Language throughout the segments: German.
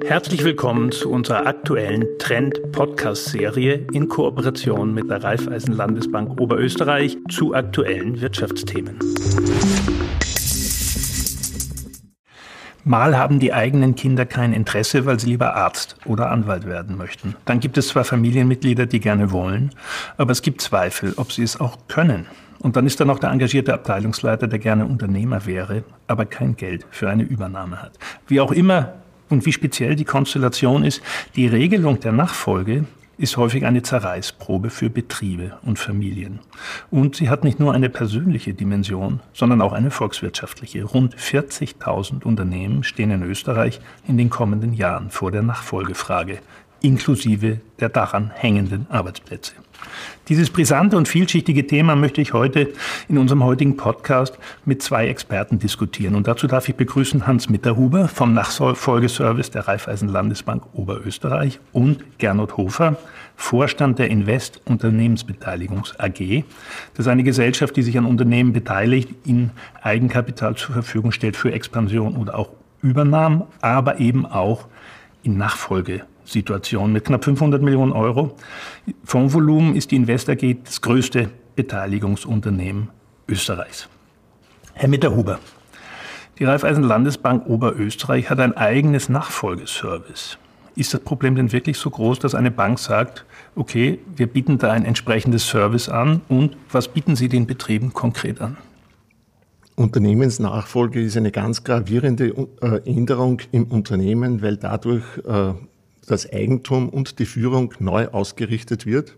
Herzlich willkommen zu unserer aktuellen Trend-Podcast-Serie in Kooperation mit der Raiffeisen Landesbank Oberösterreich zu aktuellen Wirtschaftsthemen. Mal haben die eigenen Kinder kein Interesse, weil sie lieber Arzt oder Anwalt werden möchten. Dann gibt es zwar Familienmitglieder, die gerne wollen, aber es gibt Zweifel, ob sie es auch können. Und dann ist da noch der engagierte Abteilungsleiter, der gerne Unternehmer wäre, aber kein Geld für eine Übernahme hat. Wie auch immer und wie speziell die Konstellation ist, die Regelung der Nachfolge ist häufig eine Zerreißprobe für Betriebe und Familien. Und sie hat nicht nur eine persönliche Dimension, sondern auch eine volkswirtschaftliche. Rund 40.000 Unternehmen stehen in Österreich in den kommenden Jahren vor der Nachfolgefrage, inklusive der daran hängenden Arbeitsplätze. Dieses brisante und vielschichtige Thema möchte ich heute in unserem heutigen Podcast mit zwei Experten diskutieren. Und dazu darf ich begrüßen Hans Mitterhuber vom Nachfolgeservice der Raiffeisen Landesbank Oberösterreich und Gernot Hofer, Vorstand der Invest Unternehmensbeteiligungs AG. Das ist eine Gesellschaft, die sich an Unternehmen beteiligt, ihnen Eigenkapital zur Verfügung stellt für Expansion oder auch Übernahmen, aber eben auch in Nachfolgesituationen mit knapp 500 Millionen Euro. Fondsvolumen ist die Invest AG das größte Beteiligungsunternehmen Österreichs. Herr Mitterhuber, die Raiffeisen Landesbank Oberösterreich hat ein eigenes Nachfolgeservice. Ist das Problem denn wirklich so groß, dass eine Bank sagt, okay, wir bieten da ein entsprechendes Service an und was bieten Sie den Betrieben konkret an? Unternehmensnachfolge ist eine ganz gravierende Änderung im Unternehmen, weil dadurch das Eigentum und die Führung neu ausgerichtet wird.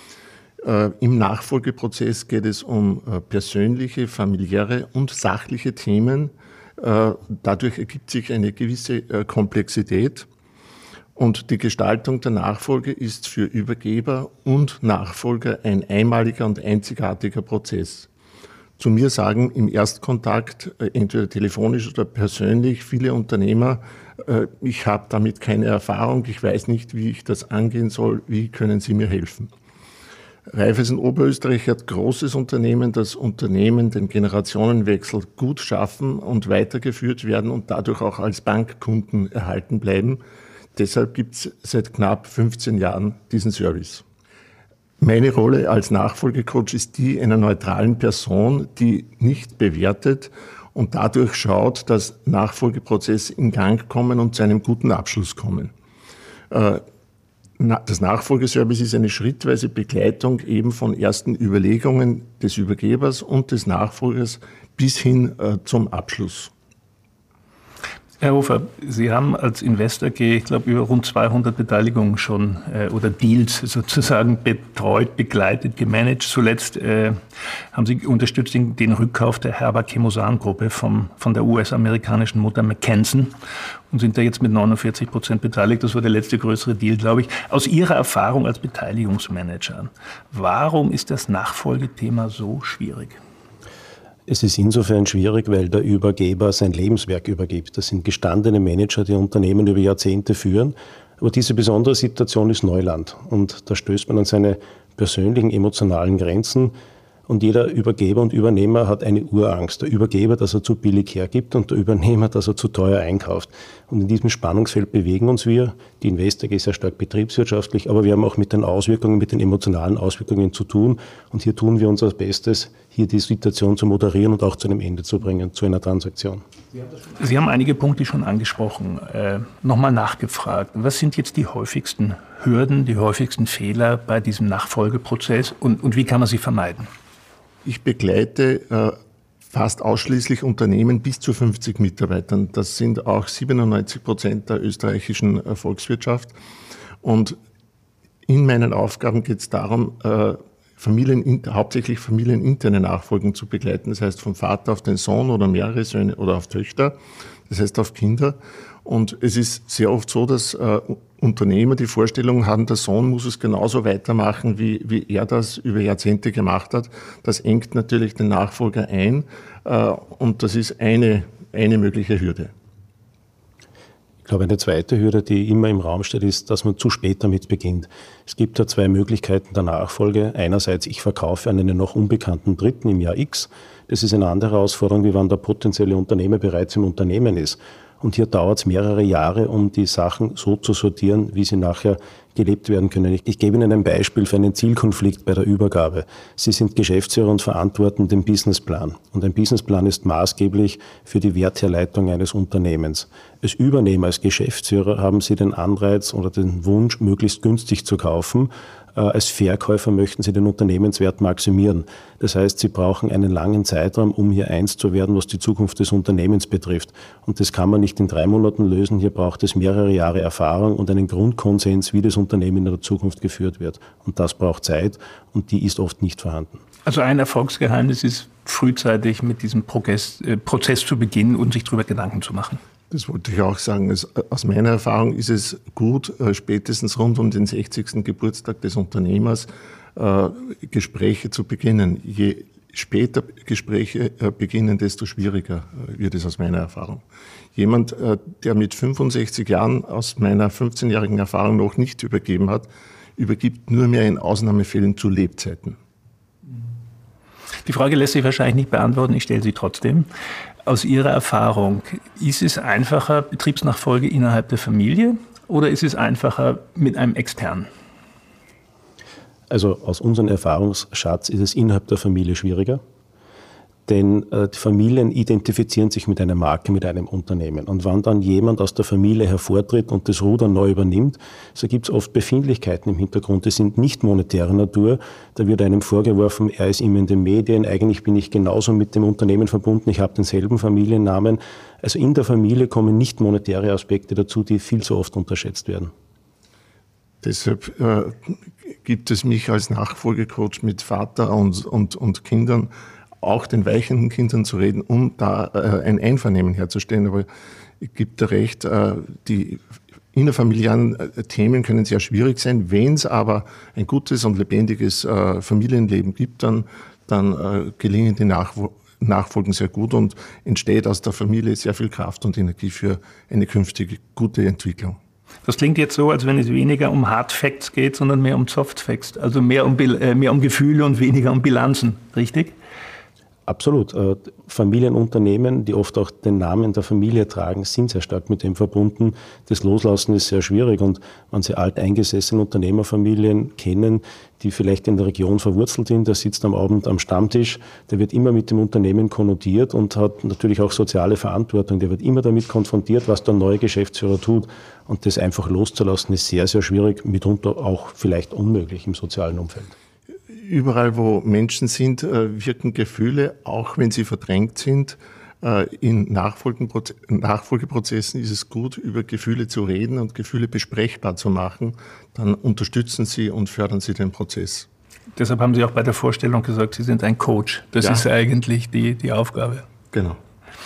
Im Nachfolgeprozess geht es um persönliche, familiäre und sachliche Themen. Dadurch ergibt sich eine gewisse Komplexität. Und die Gestaltung der Nachfolge ist für Übergeber und Nachfolger ein einmaliger und einzigartiger Prozess. Zu mir sagen im Erstkontakt, entweder telefonisch oder persönlich, viele Unternehmer, ich habe damit keine Erfahrung, ich weiß nicht, wie ich das angehen soll, wie können Sie mir helfen? Raiffeisen Oberösterreich hat großes Unternehmen, das Unternehmen den Generationenwechsel gut schaffen und weitergeführt werden und dadurch auch als Bankkunden erhalten bleiben. Deshalb gibt es seit knapp 15 Jahren diesen Service. Meine Rolle als Nachfolgecoach ist die einer neutralen Person, die nicht bewertet und dadurch schaut, dass Nachfolgeprozesse in Gang kommen und zu einem guten Abschluss kommen. Das Nachfolgeservice ist eine schrittweise Begleitung eben von ersten Überlegungen des Übergebers und des Nachfolgers bis hin zum Abschluss. Herr Hofer, Sie haben als Invest AG, ich glaube, über rund 200 Beteiligungen schon oder Deals sozusagen betreut, begleitet, gemanagt. Zuletzt haben Sie unterstützt den Rückkauf der Herbert Chemosan-Gruppe von der US-amerikanischen Mutter McKesson und sind da jetzt mit 49% beteiligt. Das war der letzte größere Deal, glaube ich. Aus Ihrer Erfahrung als Beteiligungsmanager, warum ist das Nachfolgethema so schwierig? Es ist insofern schwierig, weil der Übergeber sein Lebenswerk übergibt. Das sind gestandene Manager, die Unternehmen über Jahrzehnte führen. Aber diese besondere Situation ist Neuland. Und da stößt man an seine persönlichen, emotionalen Grenzen. Und jeder Übergeber und Übernehmer hat eine Urangst. Der Übergeber, dass er zu billig hergibt und der Übernehmer, dass er zu teuer einkauft. Und in diesem Spannungsfeld bewegen uns wir. Die Invest AG ist sehr stark betriebswirtschaftlich, aber wir haben auch mit den Auswirkungen, mit den emotionalen Auswirkungen zu tun. Und hier tun wir unser Bestes, hier die Situation zu moderieren und auch zu einem Ende zu bringen, zu einer Transaktion. Sie haben einige Punkte schon angesprochen. Nochmal nachgefragt. Was sind jetzt die häufigsten Hürden, die häufigsten Fehler bei diesem Nachfolgeprozess und wie kann man sie vermeiden? Ich begleite fast ausschließlich Unternehmen bis zu 50 Mitarbeitern. Das sind auch 97% der österreichischen Volkswirtschaft. Und in meinen Aufgaben geht es darum, hauptsächlich familieninterne Nachfolgen zu begleiten. Das heißt, vom Vater auf den Sohn oder mehrere Söhne oder auf Töchter. Das heißt, auf Kinder. Und es ist sehr oft so, dass Unternehmer die Vorstellung haben, der Sohn muss es genauso weitermachen, wie er das über Jahrzehnte gemacht hat. Das engt natürlich den Nachfolger ein und das ist eine mögliche Hürde. Ich glaube, eine zweite Hürde, die immer im Raum steht, ist, dass man zu spät damit beginnt. Es gibt ja zwei Möglichkeiten der Nachfolge. Einerseits, ich verkaufe an einen noch unbekannten Dritten im Jahr X. Das ist eine andere Herausforderung, wie wann der potenzielle Unternehmer bereits im Unternehmen ist. Und hier dauert es mehrere Jahre, um die Sachen so zu sortieren, wie sie nachher gelebt werden können. Ich gebe Ihnen ein Beispiel für einen Zielkonflikt bei der Übergabe. Sie sind Geschäftsführer und verantworten den Businessplan. Und ein Businessplan ist maßgeblich für die Wertherleitung eines Unternehmens. Als Übernehmer, als Geschäftsführer haben Sie den Anreiz oder den Wunsch, möglichst günstig zu kaufen. Als Verkäufer möchten Sie den Unternehmenswert maximieren. Das heißt, Sie brauchen einen langen Zeitraum, um hier eins zu werden, was die Zukunft des Unternehmens betrifft. Und das kann man nicht in 3 Monaten lösen. Hier braucht es mehrere Jahre Erfahrung und einen Grundkonsens, wie das Unternehmen in der Zukunft geführt wird. Und das braucht Zeit und die ist oft nicht vorhanden. Also ein Erfolgsgeheimnis ist, frühzeitig mit diesem Prozess zu beginnen und sich darüber Gedanken zu machen. Das wollte ich auch sagen. Aus meiner Erfahrung ist es gut, spätestens rund um den 60. Geburtstag des Unternehmers Gespräche zu beginnen. Je später Gespräche beginnen, desto schwieriger wird es aus meiner Erfahrung. Jemand, der mit 65 Jahren aus meiner 15-jährigen Erfahrung noch nicht übergeben hat, übergibt nur mehr in Ausnahmefällen zu Lebzeiten. Die Frage lässt sich wahrscheinlich nicht beantworten, ich stelle sie trotzdem. Aus Ihrer Erfahrung, ist es einfacher, Betriebsnachfolge innerhalb der Familie oder ist es einfacher mit einem Externen? Also aus unserem Erfahrungsschatz ist es innerhalb der Familie schwieriger. Denn die Familien identifizieren sich mit einer Marke, mit einem Unternehmen. Und wenn dann jemand aus der Familie hervortritt und das Ruder neu übernimmt, so gibt es oft Befindlichkeiten im Hintergrund, die sind nicht monetärer Natur. Da wird einem vorgeworfen, er ist immer in den Medien, eigentlich bin ich genauso mit dem Unternehmen verbunden, ich habe denselben Familiennamen. Also in der Familie kommen nicht monetäre Aspekte dazu, die viel zu oft unterschätzt werden. Deshalb gibt es mich als Nachfolgecoach mit Vater und Kindern, auch den weichenden Kindern zu reden, um da ein Einvernehmen herzustellen. Aber ich gebe dir recht, die innerfamiliären Themen können sehr schwierig sein. Wenn es aber ein gutes und lebendiges Familienleben gibt, dann gelingen die Nachfolgen sehr gut und entsteht aus der Familie sehr viel Kraft und Energie für eine künftige gute Entwicklung. Das klingt jetzt so, als wenn es weniger um Hard Facts geht, sondern mehr um Soft Facts, also mehr um Gefühle und weniger um Bilanzen, richtig? Absolut. Familienunternehmen, die oft auch den Namen der Familie tragen, sind sehr stark mit dem verbunden. Das Loslassen ist sehr schwierig und wenn Sie alteingesessene Unternehmerfamilien kennen, die vielleicht in der Region verwurzelt sind, der sitzt am Abend am Stammtisch, der wird immer mit dem Unternehmen konnotiert und hat natürlich auch soziale Verantwortung. Der wird immer damit konfrontiert, was der neue Geschäftsführer tut. Und das einfach loszulassen ist sehr, sehr schwierig, mitunter auch vielleicht unmöglich im sozialen Umfeld. Überall, wo Menschen sind, wirken Gefühle, auch wenn sie verdrängt sind. In Nachfolgeprozessen ist es gut, über Gefühle zu reden und Gefühle besprechbar zu machen. Dann unterstützen sie und fördern sie den Prozess. Deshalb haben Sie auch bei der Vorstellung gesagt, Sie sind ein Coach. Das ist eigentlich die Aufgabe. Genau.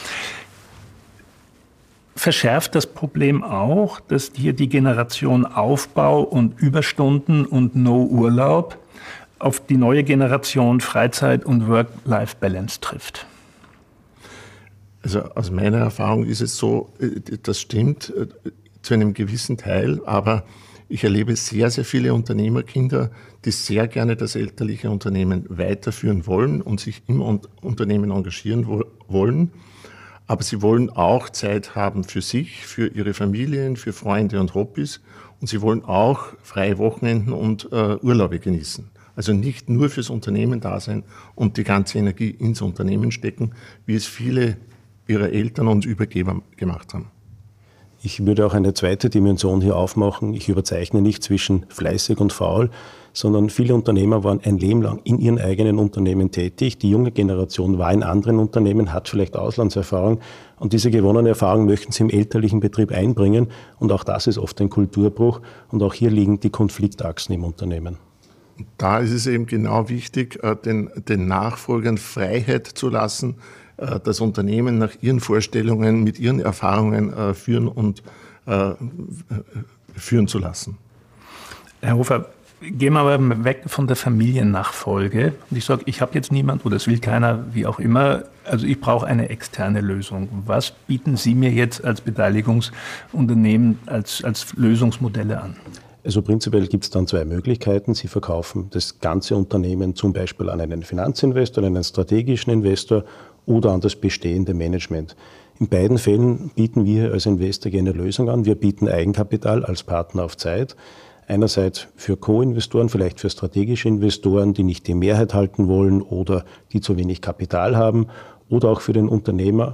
Verschärft das Problem auch, dass hier die Generation Aufbau und Überstunden und No-Urlaub auf die neue Generation Freizeit- und Work-Life-Balance trifft? Also aus meiner Erfahrung ist es so, das stimmt zu einem gewissen Teil, aber ich erlebe sehr, sehr viele Unternehmerkinder, die sehr gerne das elterliche Unternehmen weiterführen wollen und sich im Unternehmen engagieren wollen. Aber sie wollen auch Zeit haben für sich, für ihre Familien, für Freunde und Hobbys. Und sie wollen auch freie Wochenenden und Urlaube genießen. Also nicht nur fürs Unternehmen da sein und die ganze Energie ins Unternehmen stecken, wie es viele ihrer Eltern und Übergeber gemacht haben. Ich würde auch eine zweite Dimension hier aufmachen. Ich überzeichne nicht zwischen fleißig und faul, sondern viele Unternehmer waren ein Leben lang in ihren eigenen Unternehmen tätig. Die junge Generation war in anderen Unternehmen, hat vielleicht Auslandserfahrung und diese gewonnene Erfahrung möchten sie im elterlichen Betrieb einbringen. Und auch das ist oft ein Kulturbruch und auch hier liegen die Konfliktachsen im Unternehmen. Da ist es eben genau wichtig, den Nachfolgern Freiheit zu lassen, das Unternehmen nach ihren Vorstellungen, mit ihren Erfahrungen führen zu lassen. Herr Hofer, gehen wir aber weg von der Familiennachfolge. Und ich sage, ich habe jetzt niemand oder es will keiner, wie auch immer. Also ich brauche eine externe Lösung. Was bieten Sie mir jetzt als Beteiligungsunternehmen als Lösungsmodelle an? Also prinzipiell gibt es dann zwei Möglichkeiten. Sie verkaufen das ganze Unternehmen zum Beispiel an einen Finanzinvestor, an einen strategischen Investor oder an das bestehende Management. In beiden Fällen bieten wir als Investor eine Lösung an. Wir bieten Eigenkapital als Partner auf Zeit. Einerseits für Co-Investoren, vielleicht für strategische Investoren, die nicht die Mehrheit halten wollen oder die zu wenig Kapital haben, oder auch für den Unternehmer,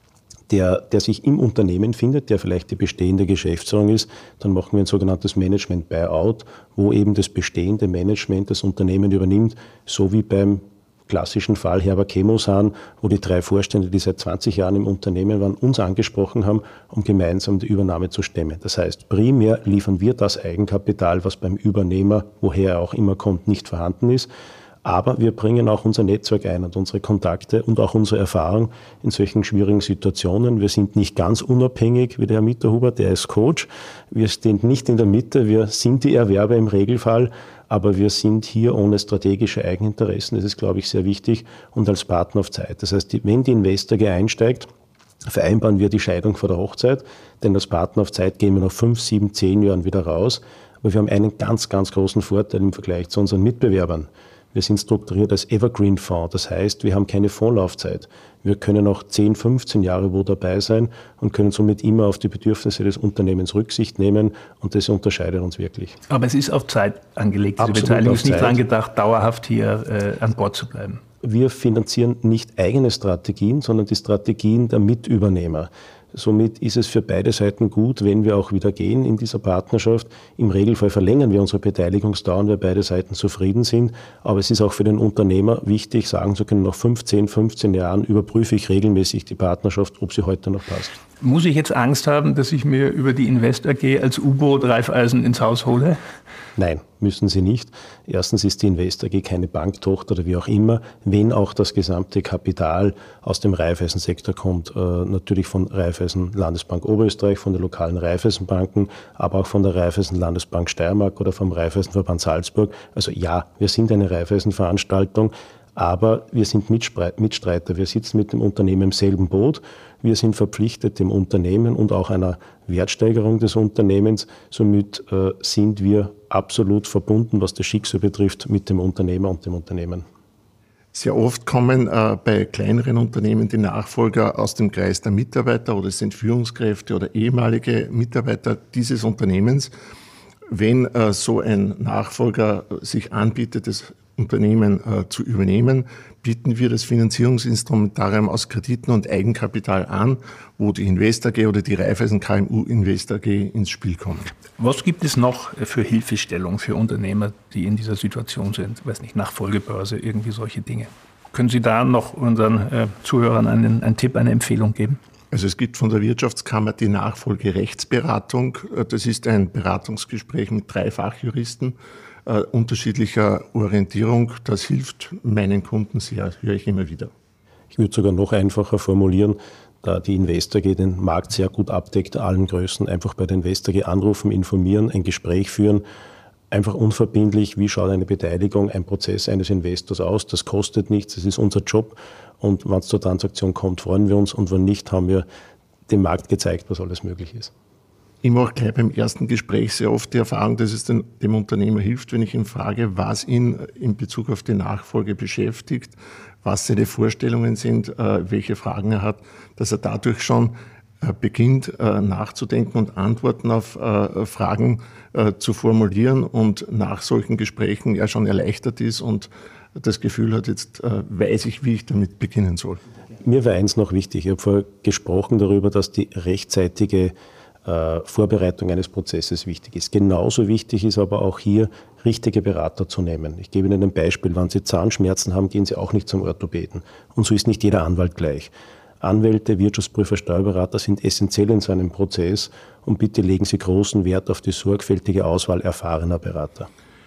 der sich im Unternehmen findet, der vielleicht die bestehende Geschäftsführung ist. Dann machen wir ein sogenanntes Management-Buyout, wo eben das bestehende Management das Unternehmen übernimmt, so wie beim klassischen Fall Herbert Chemosan, wo die 3 Vorstände, die seit 20 Jahren im Unternehmen waren, uns angesprochen haben, um gemeinsam die Übernahme zu stemmen. Das heißt, primär liefern wir das Eigenkapital, was beim Übernehmer, woher er auch immer kommt, nicht vorhanden ist. Aber wir bringen auch unser Netzwerk ein und unsere Kontakte und auch unsere Erfahrung in solchen schwierigen Situationen. Wir sind nicht ganz unabhängig wie der Herr Mitterhuber, der ist Coach. Wir stehen nicht in der Mitte, wir sind die Erwerber im Regelfall, aber wir sind hier ohne strategische Eigeninteressen. Das ist, glaube ich, sehr wichtig und als Partner auf Zeit. Das heißt, wenn die Investor AG einsteigt, vereinbaren wir die Scheidung vor der Hochzeit, denn als Partner auf Zeit gehen wir nach 5, 7, 10 Jahren wieder raus. Aber wir haben einen ganz, ganz großen Vorteil im Vergleich zu unseren Mitbewerbern. Wir sind strukturiert als Evergreen-Fonds, das heißt, wir haben keine Fondslaufzeit. Wir können auch 10, 15 Jahre wo dabei sein und können somit immer auf die Bedürfnisse des Unternehmens Rücksicht nehmen und das unterscheidet uns wirklich. Aber es ist auf Zeit angelegt, diese Beteiligung ist nicht daran gedacht, dauerhaft hier an Bord zu bleiben. Wir finanzieren nicht eigene Strategien, sondern die Strategien der Mitübernehmer. Somit ist es für beide Seiten gut, wenn wir auch wieder gehen in dieser Partnerschaft. Im Regelfall verlängern wir unsere Beteiligungsdauern, weil beide Seiten zufrieden sind. Aber es ist auch für den Unternehmer wichtig, sagen zu können, nach 15 Jahren überprüfe ich regelmäßig die Partnerschaft, ob sie heute noch passt. Muss ich jetzt Angst haben, dass ich mir über die Invest AG als U-Boot Raiffeisen ins Haus hole? Nein, müssen Sie nicht. Erstens ist die Invest AG keine Banktochter oder wie auch immer, wenn auch das gesamte Kapital aus dem Raiffeisensektor kommt, natürlich von Raiffeisen Landesbank Oberösterreich, von den lokalen Raiffeisenbanken, aber auch von der Raiffeisen Landesbank Steiermark oder vom Raiffeisenverband Salzburg. Also ja, wir sind eine Raiffeisenveranstaltung, aber wir sind Mitstreiter. Wir sitzen mit dem Unternehmen im selben Boot. Wir sind verpflichtet dem Unternehmen und auch einer Wertsteigerung des Unternehmens. Somit sind wir absolut verbunden, was das Schicksal betrifft, mit dem Unternehmer und dem Unternehmen. Sehr oft kommen bei kleineren Unternehmen die Nachfolger aus dem Kreis der Mitarbeiter oder es sind Führungskräfte oder ehemalige Mitarbeiter dieses Unternehmens. Wenn so ein Nachfolger sich anbietet, das Unternehmen zu übernehmen, bieten wir das Finanzierungsinstrumentarium aus Krediten und Eigenkapital an, wo die Invest AG oder die Raiffeisen KMU Invest AG ins Spiel kommen. Was gibt es noch für Hilfestellung für Unternehmer, die in dieser Situation sind? Ich weiß nicht, Nachfolgebörse, irgendwie solche Dinge. Können Sie da noch unseren Zuhörern einen Tipp, eine Empfehlung geben? Also es gibt von der Wirtschaftskammer die Nachfolgerechtsberatung. Das ist ein Beratungsgespräch mit 3 Fachjuristen unterschiedlicher Orientierung. Das hilft meinen Kunden sehr, höre ich immer wieder. Ich würde sogar noch einfacher formulieren, da die Invest AG den Markt sehr gut abdeckt, allen Größen, einfach bei der Invest AG anrufen, informieren, ein Gespräch führen, einfach unverbindlich, wie schaut eine Beteiligung, ein Prozess eines Investors aus, das kostet nichts, das ist unser Job und wenn es zur Transaktion kommt, freuen wir uns und wenn nicht, haben wir dem Markt gezeigt, was alles möglich ist. Ich mache gleich beim ersten Gespräch sehr oft die Erfahrung, dass es dem Unternehmer hilft, wenn ich ihn frage, was ihn in Bezug auf die Nachfolge beschäftigt, was seine Vorstellungen sind, welche Fragen er hat, dass er dadurch schon beginnt nachzudenken und Antworten auf Fragen zu formulieren und nach solchen Gesprächen er schon erleichtert ist und das Gefühl hat, jetzt weiß ich, wie ich damit beginnen soll. Mir war eins noch wichtig. Ich habe vorher gesprochen darüber, dass die rechtzeitige Vorbereitung eines Prozesses wichtig ist. Genauso wichtig ist aber auch hier, richtige Berater zu nehmen. Ich gebe Ihnen ein Beispiel. Wenn Sie Zahnschmerzen haben, gehen Sie auch nicht zum Orthopäden. Und so ist nicht jeder Anwalt gleich. Anwälte, Wirtschaftsprüfer, Steuerberater sind essentiell in so einem Prozess und bitte legen Sie großen Wert auf die sorgfältige Auswahl erfahrener Berater.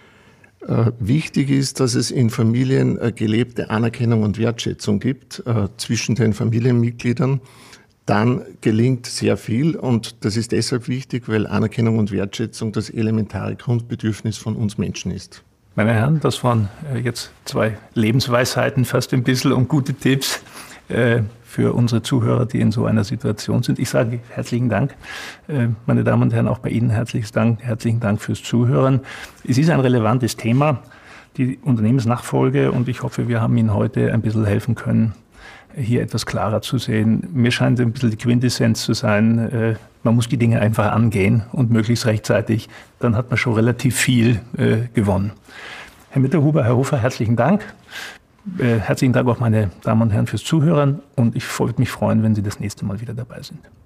Wichtig ist, dass es in Familien gelebte Anerkennung und Wertschätzung gibt zwischen den Familienmitgliedern. Dann gelingt sehr viel und das ist deshalb wichtig, weil Anerkennung und Wertschätzung das elementare Grundbedürfnis von uns Menschen ist. Meine Herren, das waren jetzt 2 Lebensweisheiten fast ein bisschen und gute Tipps für unsere Zuhörer, die in so einer Situation sind. Ich sage herzlichen Dank, meine Damen und Herren, auch bei Ihnen herzlichen Dank fürs Zuhören. Es ist ein relevantes Thema, die Unternehmensnachfolge und ich hoffe, wir haben Ihnen heute ein bisschen helfen können, hier etwas klarer zu sehen. Mir scheint ein bisschen die Quintessenz zu sein, man muss die Dinge einfach angehen und möglichst rechtzeitig. Dann hat man schon relativ viel gewonnen. Herr Mitterhuber, Herr Hofer, herzlichen Dank. Herzlichen Dank auch meine Damen und Herren fürs Zuhören und ich würde mich freuen, wenn Sie das nächste Mal wieder dabei sind.